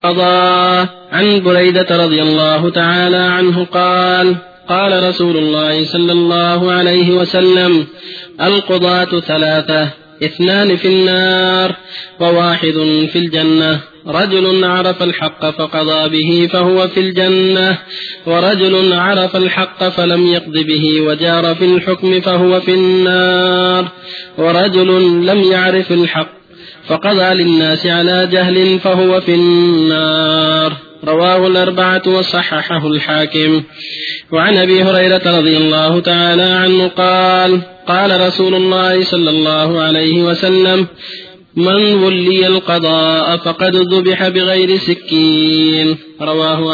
قضى. عن بريدة رضي الله تعالى عنه قال: قال رسول الله صلى الله عليه وسلم: القضاة ثلاثة، 2 في النار و1 في الجنة: رجل عرف الحق فقضى به فهو في الجنة، ورجل عرف الحق فلم يقض به وجار في الحكم فهو في النار، ورجل لم يعرف الحق فقضى للناس على جهل فهو في النار. رواه الأربعة وصححه الحاكم. وعن أبي هريرة رضي الله تعالى عنه قال: قال رسول الله صلى الله عليه وسلم: من ولي القضاء فقد ذبح بغير سكين. رواه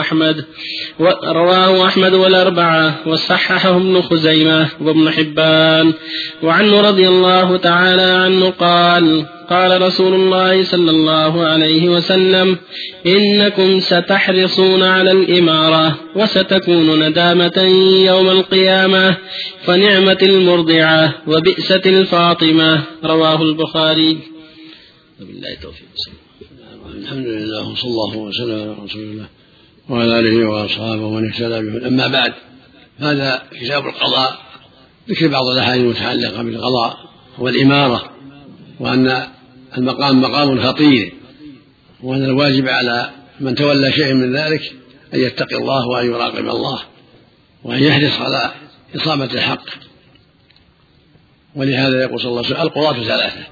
أحمد والأربعة وصححه ابن خزيمة وابن حبان. وعنه رضي الله تعالى عنه قال: قال رسول الله صلى الله عليه وسلم: إنكم ستحرصون على الإمارة وستكون ندامة يوم القيامة، فنعمة المرضعة وبئسة الفاطمة. رواه البخاري. بالله التوفيق. الحمد لله وصلى الله وسلم على رسول الله وعلى آله وأصحابه ومن اهتدى به. أما بعد، هذا كتاب القضاء، ذكر بعض الأحاديث المتعلقة بالقضاء والإمارة، وأن المقام مقام خطير، وأن الواجب على من تولى شيء من ذلك أن يتقي الله وأن يراقب الله وأن يحرص على إصابة الحق. ولهذا يقول صلى الله عليه وسلم: القضاة ثلاثة،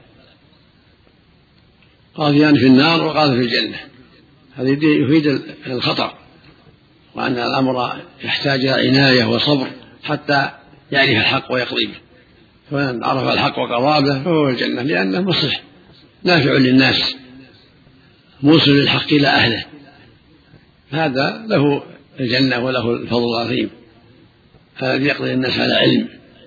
قاضيان في النار وقاضي في الجنة. هذا يفيد الخطر، وأن الأمر يحتاج إلى عناية وصبر حتى يعرف الحق ويقضي به. فمن عرف الحق وقضى به فهو في الجنة، لأنه مصلح نافع للناس موصل للحق إلى أهله، هذا له الجنة وله الفضل العظيم. الذي يقضي الناس على علم.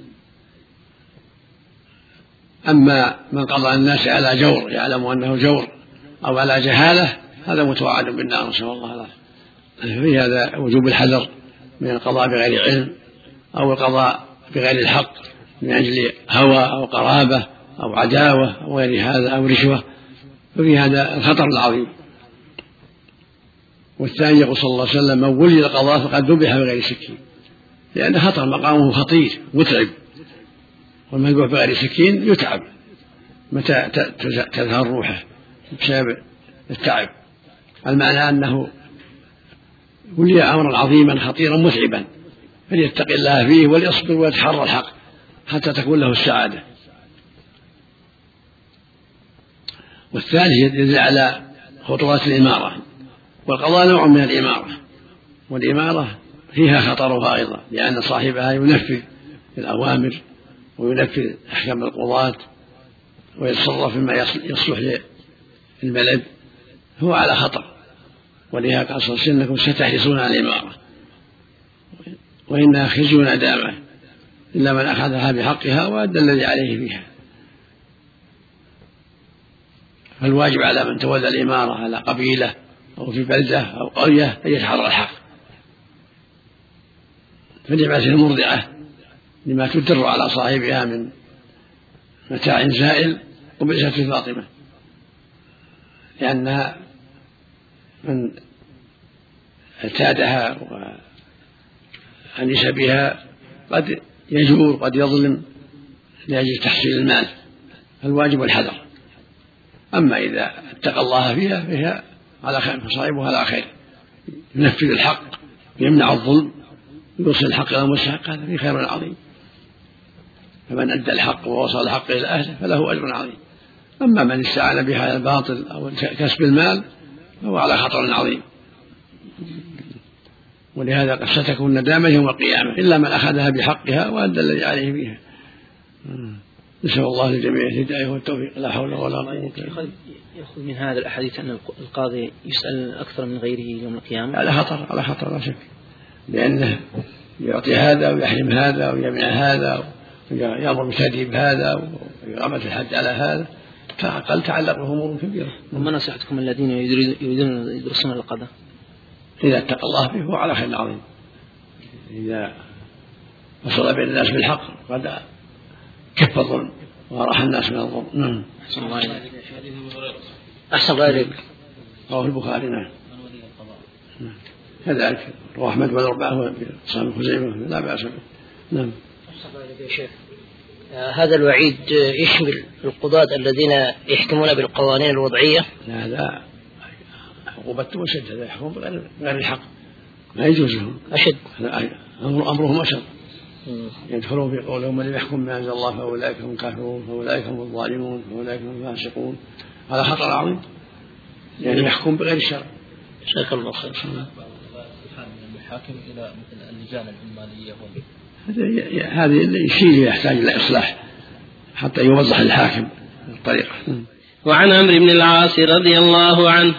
أما من قضى الناس على جور يعلم أنه جور أو على جهالة، هذا متوعد بالنار، نسأل الله العافية. في هذا وجوب الحذر من القضاء بغير علم أو القضاء بغير الحق من أجل هوى أو قرابة أو عداوة أو غير هذا أو رشوة، ففي هذا الخطر العظيم. والثاني يقول صلى الله عليه وسلم: من ولي القضاء فقد ذبح بغير سكين، لأن خطر مقامه خطير متعب، والمذبوح بغير سكين يتعب متى تذهب روحه بسبب التعب. المعنى أنه ولي أمرا عظيما خطيرا متعبا، فليتقي الله فيه وليصبر ويتحرى الحق حتى تكون له السعادة. والثالث يدل على خطورات الإمارة، والقضاء نوع من الإمارة، والإمارة فيها خطرها أيضا، لأن صاحبها ينفذ الأوامر وينفذ أحكام القضاة ويتصرف فيما يصلح للبلد، هو على خطر. ولهذا قال صلى الله عليه وسلم: إنكم ستحرصون على الإمارة وإنها خزي ندامة إلا من أخذها بحقها وأدى الذي عليه فيها. فالواجب على من تولى الإمارة على قبيلة أو في بلدة أو قرية أن يتحرى الحق، فنعمة المرضعة لما تدر على صاحبها من متاع زائل، وبئست الفاطمة لأنها من اعتادها وأنس بها قد يجور قد يظلم لأجل تحصيل المال، فالواجب الحذر. أما إذا اتقى الله فيها فهي على خير، فصاحبها على خير، ينفذ الحق يمنع الظلم يوصل الحق إلى المستحق، هذا في خير عظيم. فمن أدى الحق ووصل الحق إلى أهله فله أجر عظيم. أما من استعان بها على الباطل أو كسب المال فهو على خطر عظيم. ولهذا قد ستكون ندامة يوم القيامة إلا من أخذها بحقها وأدى الذي عليه فيها. نسأل الله للجميع الهداية والتوفيق، لا حول ولا قوة إلا بالله. يأخذ من هذا الأحاديث أن القاضي يسأل أكثر من غيره يوم القيامة؟ على خطر لا شك، لأنه يعطي هذا ويحرم هذا ويمنع هذا ويأمر بتأديب هذا وإقامة الحد على هذا، فقد تعلق به أمور كبيرة. وما نصيحتكم الذين يريدون يدرسون القضاء؟ إذا اتقى الله به هو على خير عظيم، إذا وصل بين الناس بالحق قد كف الظلم وراح الناس من الظلم. أحسن غيرك رواه البخاري. نعم. كذلك رواه أحمد والأربعة في صحيح خزيمة لا بأس به. نعم. هذا الوعيد يشمل القضاة الذين يحكمون بالقوانين الوضعية؟ لا هذا عقوبته أشد، هذا يحكم بغير الحق ما يجوز لهم أشد، أمرهم أشد. يدخلون في قولهم من يحكم بما أنزل الله فأولئك هم الكافرون فأولئك هم الظالمون فأولئك هم الفاسقون. هذا خطر عظيم، يعني يحكم بغير الشرع. جزاك الله خير. المحاكم إلى مثل اللجان العمالية هذه الشيء يحتاج إلى إصلاح حتى يوضح الحاكم الطريقة. وعن عمرو بن العاص رضي الله عنه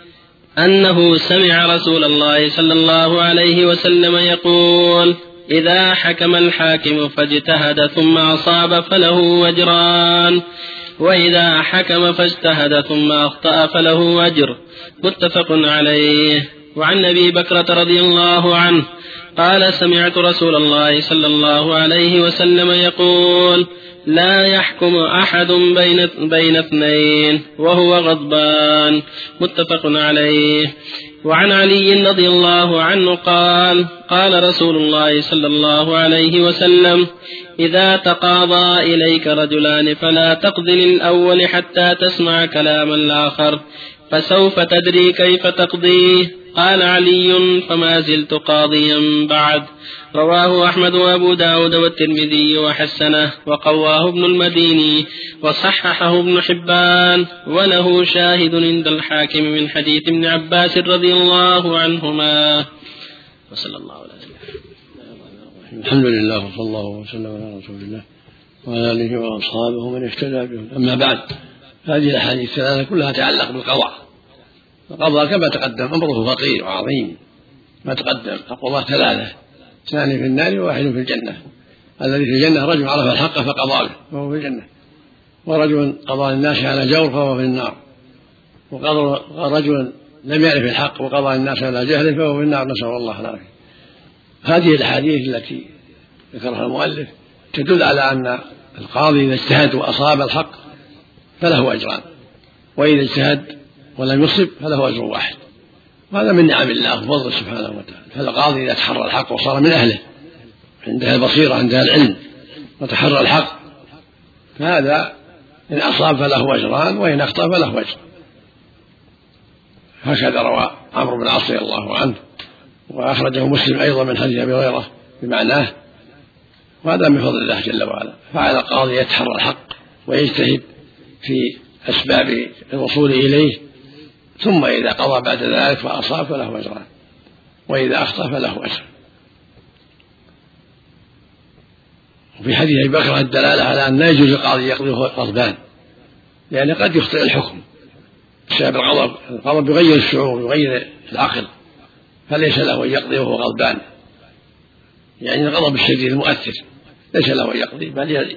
أنه سمع رسول الله صلى الله عليه وسلم يقول: إذا حكم الحاكم فاجتهد ثم أصاب فله وجران، وإذا حكم فاجتهد ثم أخطأ فله أجر. متفق عليه. وعن أبي بكرة رضي الله عنه قال: سمعت رسول الله صلى الله عليه وسلم يقول: لا يحكم أحد بين اثنين وهو غضبان. متفق عليه. وعن علي رضي الله عنه قال: قال رسول الله صلى الله عليه وسلم: إذا تقاضى إليك رجلان فلا تقض للأول حتى تسمع كلام الآخر، فسوف تدري كيف تقضيه. قال علي: فما زلت قاضيا بعد. رواه أحمد وأبو داود والترمذي وحسنه وقواه ابن المديني وصححه ابن حبان، وله شاهد عند الحاكم من حديث ابن عباس رضي الله عنهما. وصلى الله عليه وسلم. الحمد لله وصلى الله وسلم على رسول الله وعلى آله وأصحابه ومن اهتدى بهم. أما بعد، هذه الأحاديث الثلاثة كلها تتعلق بالقضاء. القضاء كما تقدم أمره فقير وعظيم، ما تقدم القضاء ثلاثة: اثنان في النار وواحد في الجنة. الذي في الجنة رجل عرف الحق فقضى به فهو في الجنة، ورجل قضى الناس على جور فهو في النار، ورجل لم يعرف الحق وقضى الناس على جهل فهو في النار، نسأل الله العافية. هذه الأحاديث التي ذكرها المؤلف تدل على أن القاضي إذا اجتهد وأصاب الحق فله أجران، وإذا اجتهد ولم يصب فله أجر واحد. وهذا من نعم الله وفضله سبحانه وتعالى. فالقاضي إذا تحرى الحق وصار من أهله، عندها البصيرة عندها العلم وتحرى الحق، فهذا إن أصاب فله أجران وإن أخطأ فله أجر. هكذا روى عمرو بن العاص رضي الله عنه، وأخرجه مسلم أيضا من حديث أبي هريرة بمعناه. وهذا من فضل الله جل وعلا. فعلى القاضي يتحرى الحق ويجتهد في أسباب الوصول إليه، ثم إذا قضى بعد ذلك فأصاب فله أجران، وإذا أخطأ فله أجر. وفي حديث أبي بكر الدلالة على أن لا يجوز القاضي يقضي وهو غضبان، لأن قد يخطئ الحكم بسبب الغضب. الغضب يغير الشعور يغير العقل، فليس له أن يقضي وهو غضبان، يعني الغضب الشديد المؤثر ليس له أن يقضي، بل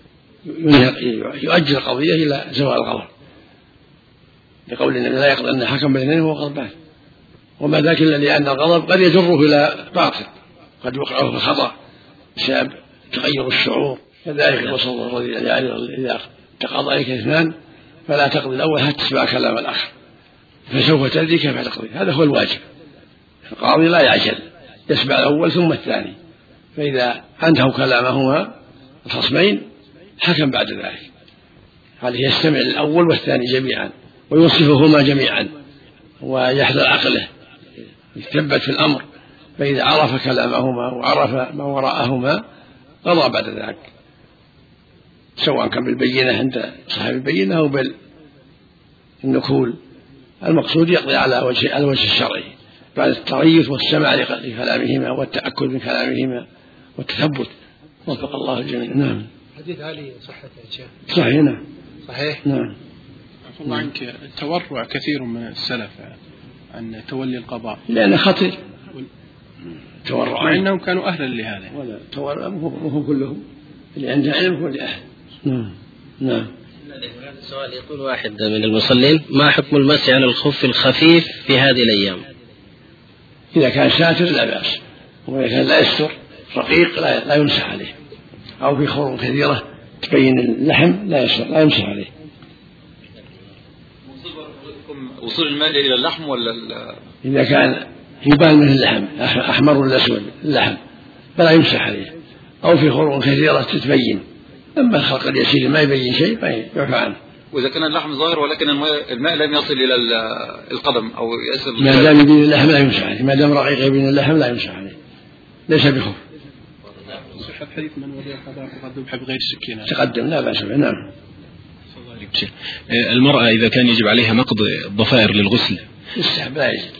يؤجل القضية إلى زوال الغضب، لقول النبي: لا يقضي أن حكم بين اثنين وهو غضبان. وما ذاك إلا لأن الغضب قد يجره إلى باطل، قد يوقعه في خطأ بسبب تغير الشعور. كذلك وصل الرضي إذا تقاضى إليك اثنان فلا تقضي الأول حتى تسمع كلام الآخر، فسوف تدري كيف تقضي. هذا هو الواجب. القاضي لا يعجل، يسمع الأول ثم الثاني، فإذا أنتهوا كلامهما الخصمين حكم بعد ذلك. عليه يستمع الأول والثاني جميعا ويوصفهما جميعا ويحذر عقله يتثبت في الأمر، فإذا عرف كلامهما وعرف ما وراءهما قضى بعد ذلك، سواء كان بالبينة عند صاحب البينة أو بالنكول. المقصود يقضي على الوجه الشرعي بعد التريث والسماع لكلامهما والتأكد من كلامهما والتثبت. وفق الله الجميع. نعم. حديث علي صحته يا شيخ؟ صحيح. نعم. صحيح. نعم. عفوا الله عنك، تورع كثير من السلف عن تولي القضاء لأنه خطير تورع، مع أنهم كانوا أهلا لهذا. ولا تورع مهم كلهم اللي عنده علم هو اللي أهل. نعم. نعم. هذا السؤال يقول واحد من المصلين: ما حكم المسح على الخف الخفيف في هذه الأيام؟ إذا كان ساتر لا بأس، وإذا كان لا يستر رقيق لا يمسح عليه، أو في خروم كثيرة تبين اللحم لا يمسح عليه. وصول الماء إلى اللحم ولا إذا كان يبان من اللحم أحمر ولا أسود اللحم فلا يمسح عليه، أو في خروق كثيرة تتبين. أما الخلق اليسير ما يبين شيء فيعفى عنه. وإذا كان اللحم ظاهر ولكن الماء لم يصل إلى القدم أو يصل، ما دام يبين اللحم لا يمسح عليه، ما دام رقيق يبين اللحم لا يمسح عليه، ليس بخف. صحة حديث من ولي القضاء فقد ذبح بغير سكينة تقدم لا بأس به. نعم. المرأة إذا كان يجب عليها نقض الضفائر للغسل يستحب لا يجب،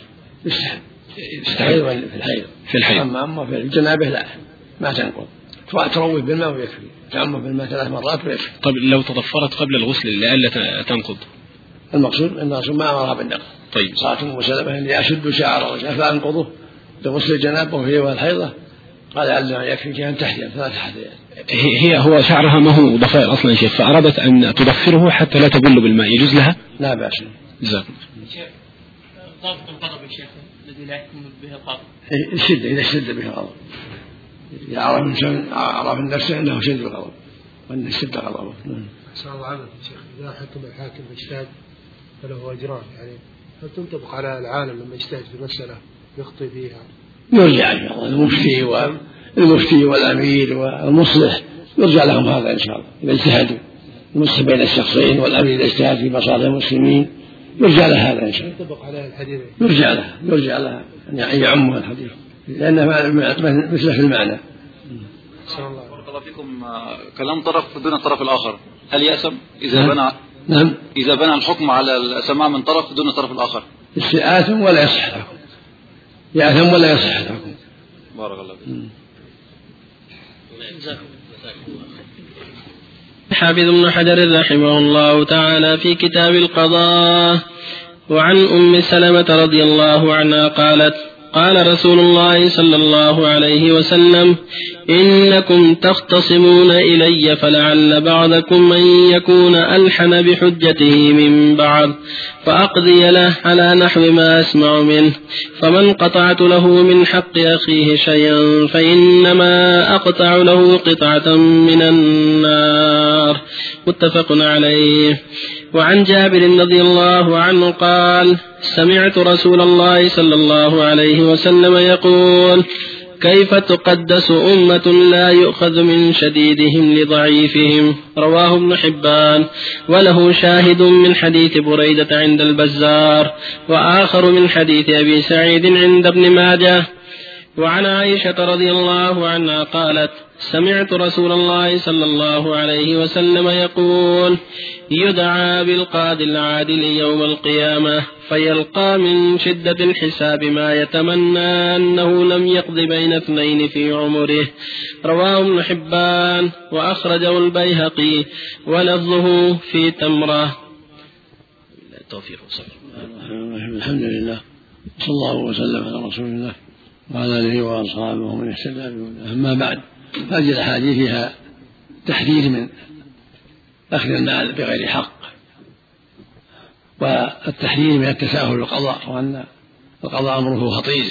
يستحب في الحيض أما في الجنابة لا ما تنقض، تروي بالماء ويكفي، تعمه بالماء 3 مرات ويكفي. طيب لو تضفرت قبل الغسل لئلا تنقض؟ المقصود ما أمرها بالنقض. طيب صارت أم سلمة إني أشد شعر رجل فأنقضه لغسل الجنابة وهي والحيضة، قال علّها يكفي أن تحتها 3 حثيات. هو شعرها ما هو ضفائر أصلا شيخ، فأرادت أن تضفره حتى لا تبل بالماء، يجوز لها؟ لا بأس. جزاكم. ضابط الغضب يا شيخ الذي لا يحكم به الغضب الشدة، إذا اشتد به الغضب، إذا عرف النفس أنه شد بالغضب وأن اشتد غضبه. أسأل الله عنك يا شيخ، إذا حكم الحاكم باجتهاد فله أجران، يعني هل تنطبق على العالم لما يجتهد في مسألة يخطئ فيها؟ يرجع إن شاء الله المفتي والأمير والمصلح يرجع لهم هذا إن شاء الله إذا اجتهدوا، المصلح بين الشخصين والأمير إذا اجتهد في مصالح المسلمين يرجع له هذا إن شاء الله. ينطبق عليه الحديث، يرجع له أن يعمه الحديث لأنه مثل في المعنى. صلى الله عليه وسلم. فيكم كلام طرف دون الطرف الآخر، هل يأثم إذا بنى؟ نعم. إذا بنى الحكم على السماع من طرف دون الطرف الآخر آثم ولا يصح الحكم، يأثم ولا يصح الحكم. بارك الله فيك. حافظ ابن حجر رحمه الله تعالى في كتاب القضاء: وعن أم سلمة رضي الله عنها قالت: قال رسول الله صلى الله عليه وسلم: إنكم تختصمون إلي فلعل بعضكم أن يكون ألحن بحجته من بعض، فأقضي له على نحو ما أسمع منه، فمن قطعت له من حق أخيه شيئا فإنما أقطع له قطعة من النار. متفق عليه. وعن جابر رضي الله عنه قال: سمعت رسول الله صلى الله عليه وسلم يقول: كيف تقدس أمة لا يؤخذ من شديدهم لضعيفهم. رواه ابن حبان، وله شاهد من حديث بريدة عند البزار، وآخر من حديث أبي سعيد عند ابن ماجه. وعن عائشة رضي الله عنها قالت: سمعت رسول الله صلى الله عليه وسلم يقول: يدعى بالقاضي العادل يوم القيامة فيلقى من شدة الحساب ما يتمنى أنه لم يقض بين 2 في عمره. رواه ابن حبان، وأخرجه البيهقي، ولفظه في تمرة. التوفيق. الحمد لله، صلى الله وسلم على رسول الله وعلى آله وأصحابه ومن اهتدى بهداه. أما بعد، هذه الأحاديث فيها تحذير من أخذ المال بغير حق، والتحذير من التساهل بالقضاء، وأن القضاء أمره خطير.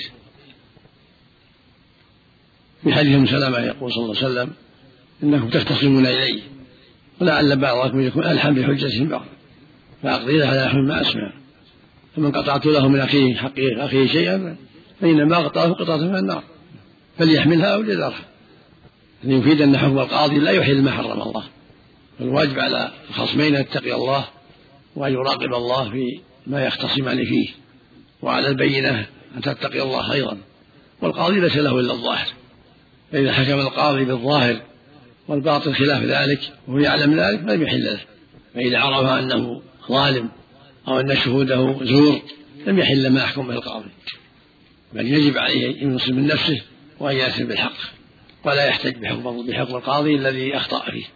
في حديث ام سلمة يقول صلى الله عليه وسلم: إنكم تختصمون إلي ولعل بعضكم يكون ألحن بحجة من بعض، فأقضي له على نحو ما أسمع، فمن قطعت له من أخيه حق أخيه شيئا فإنما قطعه قطعة من النار فليحملها أو ليذرها. يفيد أن حكم القاضي لا يحل ما حرم الله، والواجب على الخصمين أن يتقي الله وأن يراقب الله في ما يختصمان فيه، وعلى البينة أن تتقي الله أيضا. والقاضي ليس له إلا الظاهر، فإذا حكم القاضي بالظاهر والباطن خلاف ذلك وهو يعلم ذلك فلم يحل له، فإذا عرف أنه ظالم أو أن شهوده زور لم يحل ما يحكم به القاضي، بل يجب عليه أن ينصف من نفسه وأن يأتي بالحق، ولا يحتج بحكم القاضي الذي أخطأ فيه.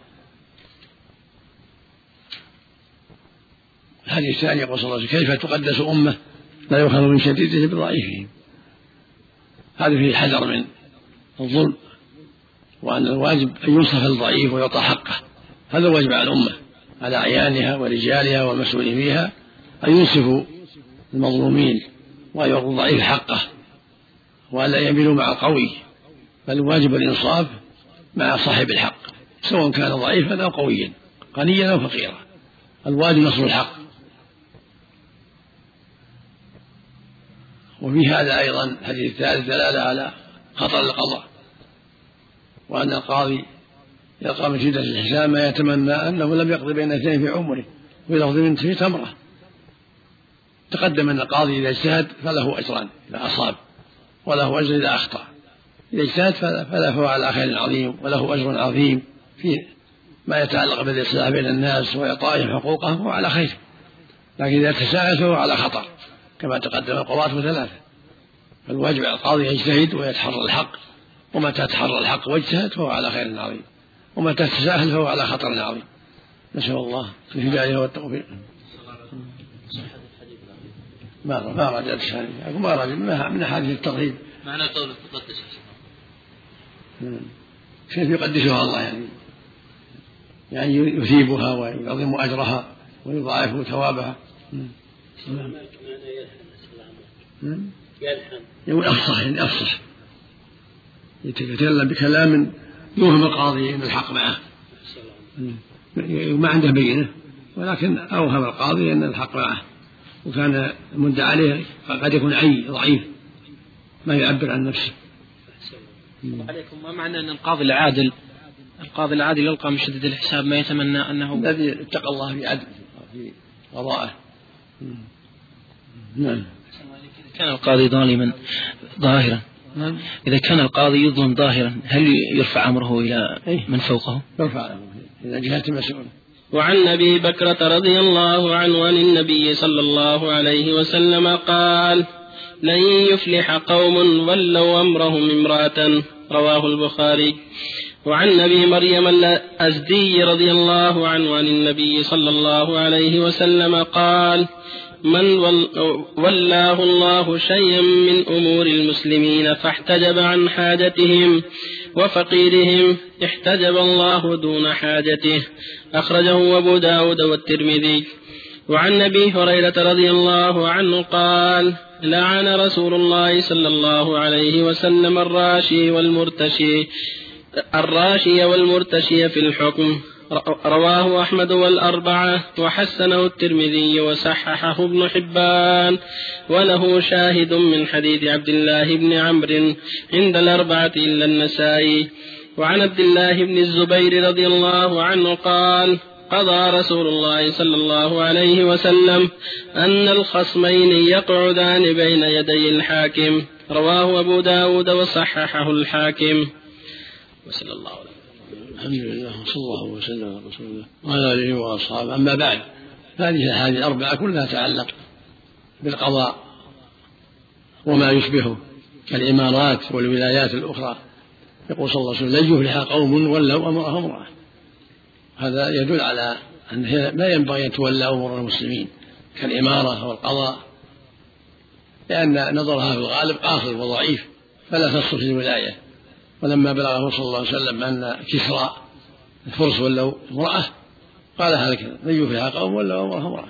الحديث الثاني يقول صلى الله عليه وسلم: كيف تقدس أمة لا يؤخذ من شديده بضعيفهم. هذا فيه حذر من الظلم، وأن الواجب أن ينصف الضعيف ويعطى حقه. هذا الواجب على الأمة، على أعيانها ورجالها والمسؤولين فيها، أن ينصفوا المظلومين وأن يعطوا الضعيف حقه، وألا يميلوا مع القوي، بل الواجب الإنصاف مع صاحب الحق سواء كان ضعيفا أو قويا، غنيا أو فقيرا. الواجب نصر الحق. وفي هذا أيضا الحديث الثالث دلالة على خطر القضاء، وأن القاضي يلقى من شدة الحساب ما يتمنى أنه لم يقضي بين اثنين في عمره، ويلفظ من في تمرة. تقدم أن القاضي إذا اجتهد فله أجران إذا أصاب، وله أجر إذا أخطأ. إذا اجتهد فله على خير عظيم، وله أجر عظيم في ما يتعلق بالإصلاح بين الناس وإعطائهم حقوقهم، وعلى خير. لكن إذا تساهل فهو على خطر، كما تقدم القضاة ثلاثة. فالواجب على القاضي يجتهد ويتحرى الحق، ومتى تحرى الحق واجتهد فهو على خير عظيم، ومتى تساهل فهو على خطر عظيم. نسأل الله الهداية والتوفيق. ما رجعت الثاني، أقول ما رجع من أحاديث الترغيب. معنى قول تقدس كيف يقدسها الله، يعني يثيبها ويعظم أجرها ويضاعف ثوابها. يقول أفصح يتكلم بكلام يوهم القاضي أن الحق معه، ما عنده بينة، ولكن أوهم القاضي أن الحق معه، وكان المدعى عليه قد يكون عي ضعيف ما يعبر عن نفسه. عليكم ما معنى أن القاضي العادل يلقى من شدة الحساب ما يتمنى أنه الذي اتقى الله في عدله في قضائه. نعم. كان القاضي ظالما ظاهرا، إذا كان القاضي يظلم ظاهرا هل يرفع أمره إلى من فوقه؟ يرفع أمره إلى جهة مسؤولة. وعن أبي بكرة رضي الله عنه عن النبي صلى الله عليه وسلم قال: لن يفلح قوم ولوا أمرهم امرأة، رواه البخاري. وعن أبي مريم الأزدي رضي الله عنه عن النبي صلى الله عليه وسلم قال: من ولاه الله شيئا من أمور المسلمين فاحتجب عن حاجتهم وفقيرهم احتجب الله دون حاجته، أخرجه أبو داود والترمذي. وعن أبي هريرة رضي الله عنه قال: لعن رسول الله صلى الله عليه وسلم الراشي والمرتشي في الحكم، رواه أحمد والأربعة، وحسنه الترمذي وصححه ابن حبان، وله شاهد من حديث عبد الله بن عمرو عند الأربعة إلا النسائي. وعن عبد الله بن الزبير رضي الله عنه قال: قضى رسول الله صلى الله عليه وسلم أن الخصمين يقعدان بين يدي الحاكم، رواه أبو داود وصححه الحاكم. وصلى الله عليه وسلم. الحمد لله صلى الله وسلم على رسول الله وعلى آله وأصحابه. أما بعد، هذه الأربعة كلها تتعلق بالقضاء وما يشبهه كالإمارات والولايات الأخرى. يقول صلى الله عليه وسلم: لن يفلح قوم ولوا أمرهم امرأة. هذا يدل على أنه لا ينبغي أن تولى أمور المسلمين كالإمارة والقضاء، لأن نظرها في الغالب قاصر وضعيف فلا تصل في الولاية. ولما بلغه صلى الله عليه وسلم أن كسرى الفرس ولوا امرأة قال: هلك لن يفلح قوم ولوا أمرهم امرأة.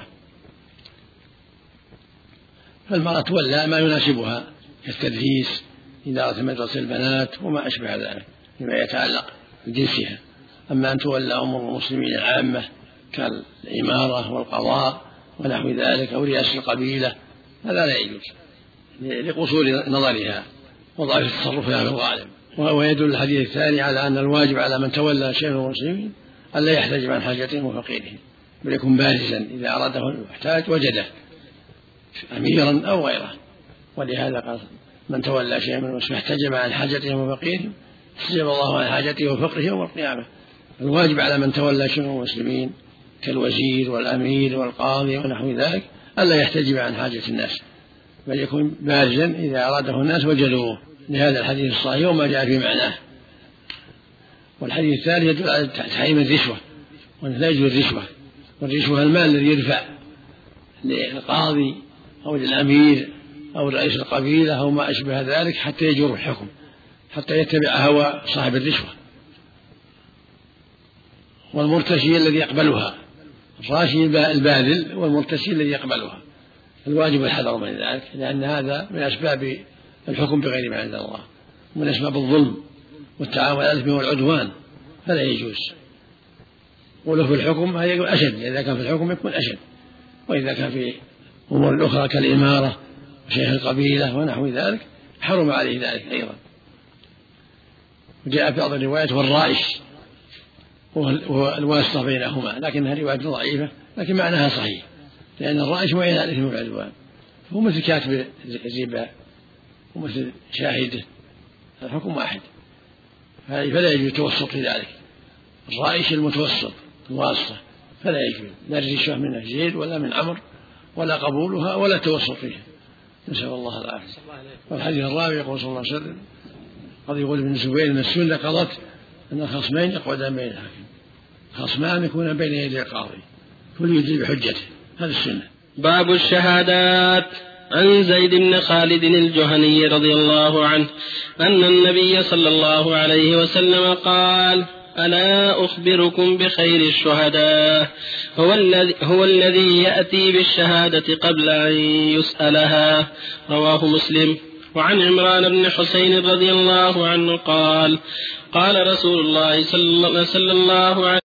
فالمرأة تولى ما يناسبها كالتدريس، إدارة مدرسة البنات وما أشبه ذلك فيما يتعلق بجنسها. أما أن تولى أمور المسلمين العامة كالإمارة والقضاء ونحو ذلك أو رئاسة القبيلة هذا لا يجوز لقصور نظرها وضعف تصرفها في الغالب. ويدل الحديث الثاني على أن الواجب على من تولى شيء من المسلمين ألا يحتجب عن حاجتهم وفقيرهم، بل يكون بارزا إذا أراده المحتاج وجده أميرا أو غيره. ولهذا قال: من تولى شيئا من المسلمين احتجب عن حاجتهم وفقيرهم احتجب الله عن حاجته وفقره يوم القيامة. الواجب على من تولى شيئا من المسلمين كالوزير والأمير والقاضي ونحو ذلك ألا يحتجب عن حاجة الناس، بل يكون بارزا إذا أراده الناس وجدوه، لهذا الحديث الصحيح وما جاء في معناه. والحديث الثالث يدل على تحريم الرشوة، وأنه لا يجوز الرشوة، والرشوة المال الذي يدفع للقاضي أو للأمير أو رئيس القبيلة أو ما أشبه ذلك حتى يجر الحكم، حتى يتبع هوى صاحب الرشوة. والمرتشي الذي يقبلها، الراشي الباذل والمرتشي الذي يقبلها، الواجب الحذر من ذلك، لأن هذا من أسباب الحكم بغير ما أنزل الله، ومن أسباب الظلم والتعاون على الإثم والعدوان، فلا يجوز. وله في الحكم هذا يكون أشد، إذا كان في الحكم يكون أشد، وإذا كان في أمور أخرى كالإمارة شيخ القبيلة ونحو ذلك حرم عليه ذلك أيضا. وجاء في بعض الروايات والرائش والواسطة بينهما، لكنها رواية ضعيفة لكن معناها صحيح، لأن الرائش وعين عليه العدوان، هو مثل كاتب الربا ومثل شاهده، الحكم واحد، فلا يجوز التوسط في ذلك. الرائش المتوسط الواسطة فلا يجوز لا الرشوة من زيد ولا من عمرو ولا قبولها ولا التوسط فيها، نسأل الله العافية. والحديث الرابع يقول صلى الله عليه وسلم قد يقول ابن الزبير أن السنة قضت أن الخصمين يقعدان بين الحاكم، خصمان يكون بين يدي القاضي كل يدري بحجته، هذا السنة. باب الشهادات. عن زيد بن خالد الجهني رضي الله عنه أن النبي صلى الله عليه وسلم قال: ألا أخبركم بخير الشهداء؟ هو الذي يأتي بالشهادة قبل أن يسألها. رواه مسلم. وعن عمران بن حسين رضي الله عنه قال: قال رسول الله صلى الله عليه وسلم